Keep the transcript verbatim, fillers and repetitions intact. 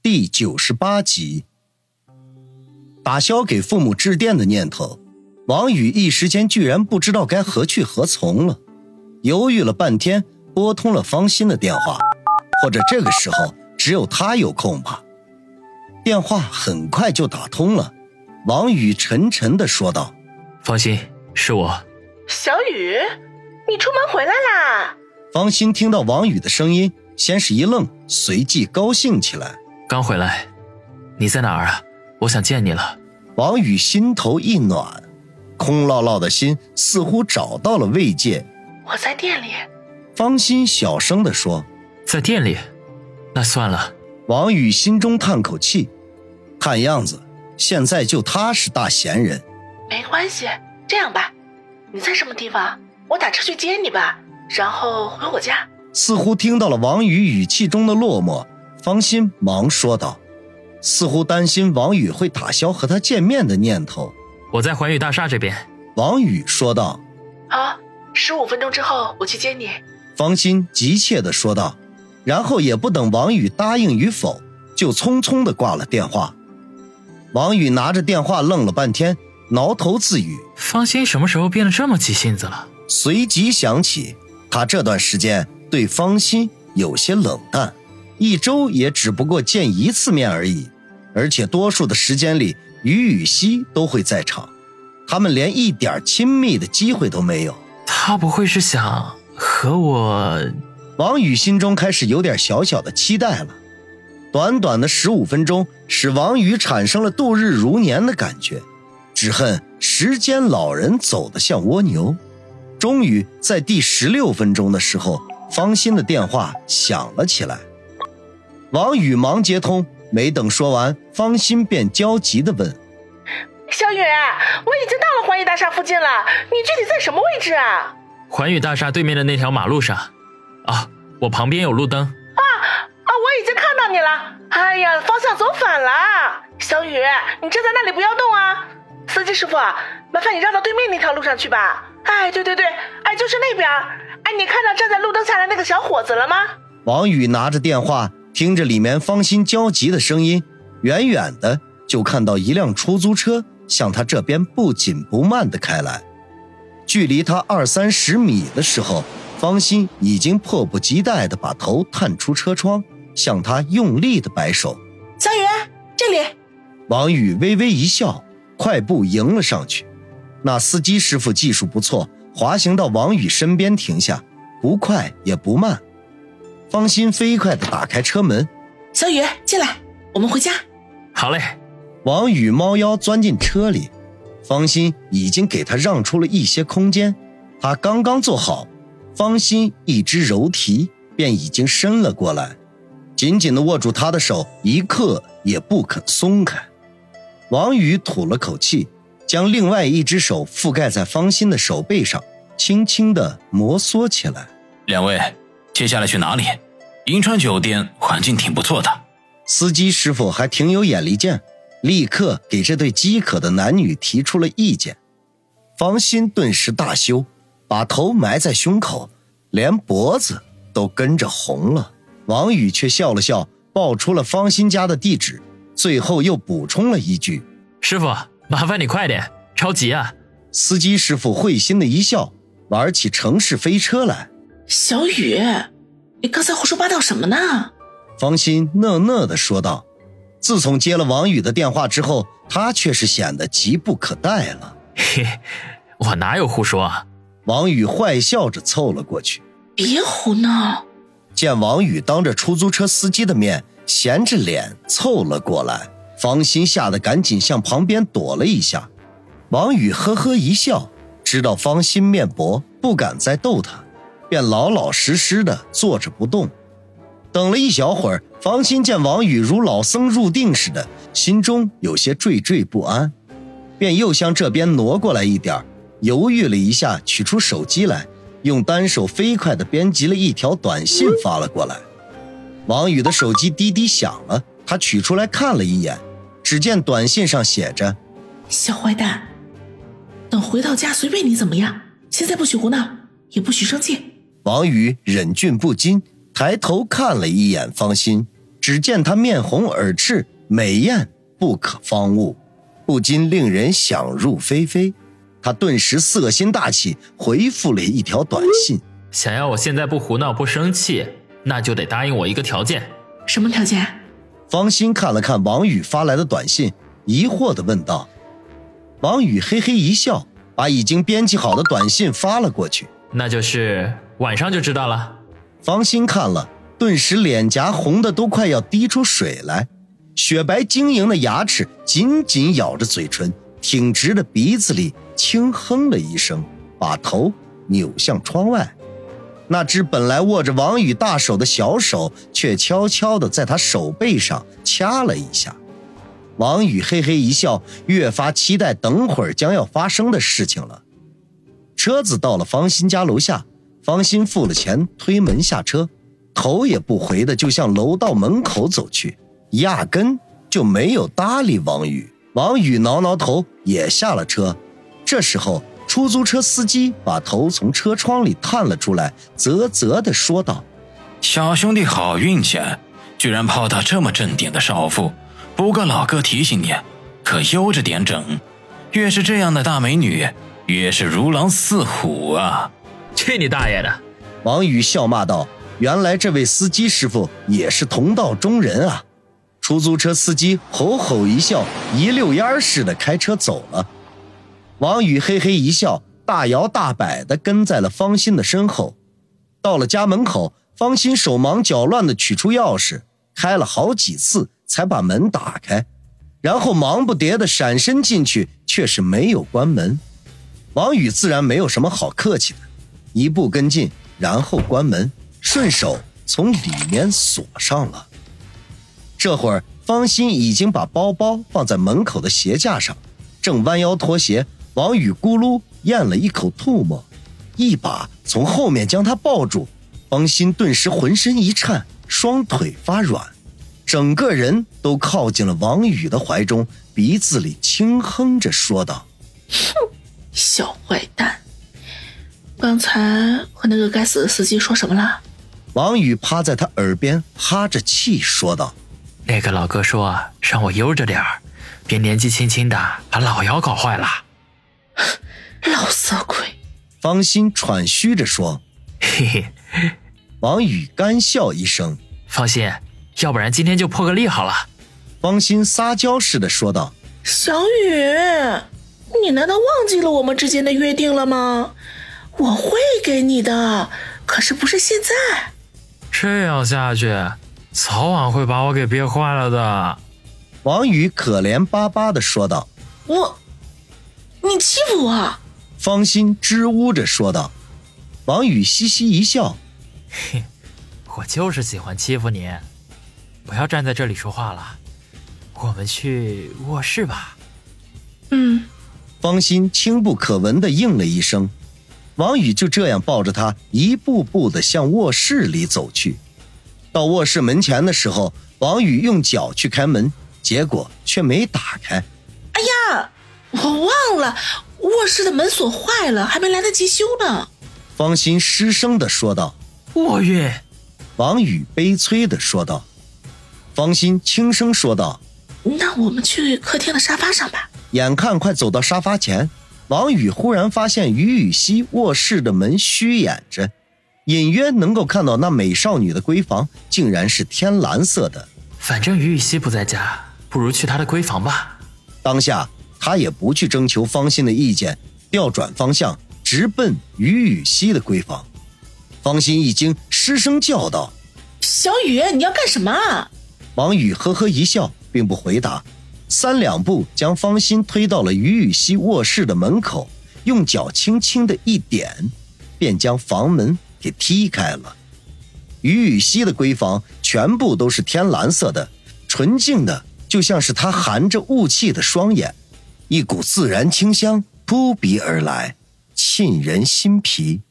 第九十八集。打消给父母致电的念头，王宇一时间居然不知道该何去何从了，犹豫了半天，拨通了方心的电话，或者这个时候只有他有空吧。电话很快就打通了，王宇沉沉地说道： 方心，是我。 小雨，你出门回来啦？ 方心听到王宇的声音，先是一愣，随即高兴起来。 刚回来，你在哪儿啊？我想见你了。 王宇心头一暖，空落落的心似乎找到了慰藉。 我在店里。 方心小声地说。 在店里？那算了。 王宇心中叹口气，看样子现在就他是大闲人。 没关系，这样吧，你在什么地方？我打车去接你吧，然后回我家。 似乎听到了王宇语气中的落寞，方心忙说道，似乎担心王宇会打消和他见面的念头。 我在环宇大厦这边。 王宇说道。 好，十五分钟之后我去接你。 方心急切地说道，然后也不等王宇答应与否，就匆匆地挂了电话。王宇拿着电话愣了半天，挠头自语， 方心什么时候变得这么急性子了？ 随即想起他这段时间对方心有些冷淡，一周也只不过见一次面而已，而且多数的时间里于雨溪都会在场，他们连一点亲密的机会都没有。 他不会是想和我…… 王宇心中开始有点小小的期待了。短短的十五分钟使王宇产生了度日如年的感觉，只恨时间老人走得像蜗牛。终于在第十六分钟的时候，方心的电话响了起来。王宇忙接通，没等说完，方心便焦急地问： 小雨，我已经到了环宇大厦附近了，你具体在什么位置啊？ 环宇大厦对面的那条马路上。啊，我旁边有路灯。 啊啊，我已经看到你了。哎呀，方向走反了。小雨，你站在那里不要动啊。司机师傅，麻烦你绕到对面那条路上去吧。哎，对对对，哎，就是那边。哎，你看到站在路灯下的那个小伙子了吗？ 王宇拿着电话，听着里面方心焦急的声音，远远的就看到一辆出租车向他这边不紧不慢地开来。距离他二三十米的时候，方心已经迫不及待地把头探出车窗，向他用力地摆手。 小雨，这里。 王宇微微一笑，快步迎了上去。那司机师傅技术不错，滑行到王宇身边停下，不快也不慢。方心飞快地打开车门。 小雨，进来，我们回家。 好嘞。 王宇猫腰钻进车里，方心已经给他让出了一些空间，他刚刚坐好，方心一只柔蹄便已经伸了过来，紧紧地握住他的手，一刻也不肯松开。王宇吐了口气，将另外一只手覆盖在方心的手背上，轻轻地摩挲起来。 两位，接下来去哪里？银川酒店环境挺不错的。 司机师傅还挺有眼力见，立刻给这对饥渴的男女提出了意见。方心顿时大羞，把头埋在胸口，连脖子都跟着红了。王宇却笑了笑，报出了方心家的地址，最后又补充了一句： 师傅，麻烦你快点，着急啊。 司机师傅会心的一笑，玩起城市飞车来。 小雨，你刚才胡说八道什么呢？ 方心讷讷地说道。自从接了王宇的电话之后，他却是显得急不可待了。 嘿，我哪有胡说啊？ 王宇坏笑着凑了过去。 别胡闹。 见王宇当着出租车司机的面闲着脸凑了过来，方心吓得赶紧向旁边躲了一下。王宇呵呵一笑，知道方心面薄，不敢再逗他，便老老实实的坐着不动。等了一小会儿，方心见王宇如老僧入定似的，心中有些惴惴不安，便又向这边挪过来一点，犹豫了一下，取出手机来，用单手飞快地编辑了一条短信发了过来。王宇的手机滴滴响了，他取出来看了一眼，只见短信上写着： 小坏蛋，等回到家随便你怎么样，现在不许胡闹，也不许生气。 王宇忍俊不禁，抬头看了一眼方心， 只见他面红耳赤，美艳不可方物，不禁令人想入非非。他顿时色心大起，回复了一条短信： 想要我现在不胡闹不生气，那就得答应我一个条件。 什么条件？ 方心看了看王宇发来的短信，疑惑地问道。王宇嘿嘿一笑，把已经编辑好的短信发了过去。 那就是晚上就知道了。 方心看了，顿时脸颊红得都快要滴出水来，雪白晶莹的牙齿紧紧咬着嘴唇，挺直的鼻子里轻哼了一声，把头扭向窗外。那只本来握着王宇大手的小手却悄悄地在他手背上掐了一下。王宇嘿嘿一笑，越发期待等会儿将要发生的事情了。车子到了方心家楼下，方心付了钱，推门下车，头也不回的就向楼道门口走去，压根就没有搭理王宇。王宇挠挠头，也下了车。这时候出租车司机把头从车窗里探了出来，啧啧地说道： 小兄弟好运气，居然泡到这么正点的少妇。不过老哥提醒你，可悠着点整，越是这样的大美女，越是如狼似虎啊！ 去你大爷的！ 王宇笑骂道。原来这位司机师傅也是同道中人啊。出租车司机吼吼一笑，一溜烟似的开车走了。王宇嘿嘿一笑，大摇大摆地跟在了方心的身后。到了家门口，方心手忙脚乱地取出钥匙，开了好几次才把门打开，然后忙不迭地闪身进去，却是没有关门。王宇自然没有什么好客气的，一步跟进，然后关门，顺手从里面锁上了。这会儿方心已经把包包放在门口的鞋架上，正弯腰脱鞋，王宇咕噜咽了一口唾沫，一把从后面将他抱住。方心顿时浑身一颤，双腿发软，整个人都靠近了王宇的怀中，鼻子里轻哼着说道： 哼，小坏蛋，刚才和那个该死的司机说什么了？ 王宇趴在他耳边哈着气说道： 那个老哥说让我悠着点儿，别年纪轻轻的把老姚搞坏了。 老色鬼。 方心喘吁着说。 嘿嘿。 王宇干笑一声： 方心，要不然今天就破个例好了。 方心撒娇似的说道： 小雨，你难道忘记了我们之间的约定了吗？我会给你的，可是不是现在。 这样下去早晚会把我给憋坏了的。 王宇可怜巴巴地说道。 我你欺负我？ 方心支吾着说道。王宇嘻嘻一笑： 嘿，我就是喜欢欺负你，不要站在这里说话了，我们去卧室吧。 嗯。 方心轻不可闻地应了一声。王宇就这样抱着他一步步地向卧室里走去。到卧室门前的时候，王宇用脚去开门，结果却没打开。 哎呀，我忘了，卧室的门锁坏了，还没来得及修呢。 方心失声地说道。 卧运。 王宇悲催地说道。方心轻声说道： 那我们去客厅的沙发上吧。 眼看快走到沙发前，王宇忽然发现于雨溪卧室的门虚掩着，隐约能够看到那美少女的闺房竟然是天蓝色的。 反正于雨溪不在家，不如去她的闺房吧。 当下他也不去征求方心的意见，调转方向直奔于雨溪的闺房。方心一惊，失声叫道： 小雨，你要干什么？ 王宇呵呵一笑，并不回答，三两步将方心推到了于雨溪卧室的门口，用脚轻轻的一点，便将房门给踢开了。于雨溪的闺房全部都是天蓝色的，纯净的就像是她含着雾气的双眼，一股自然清香扑鼻而来，沁人心脾。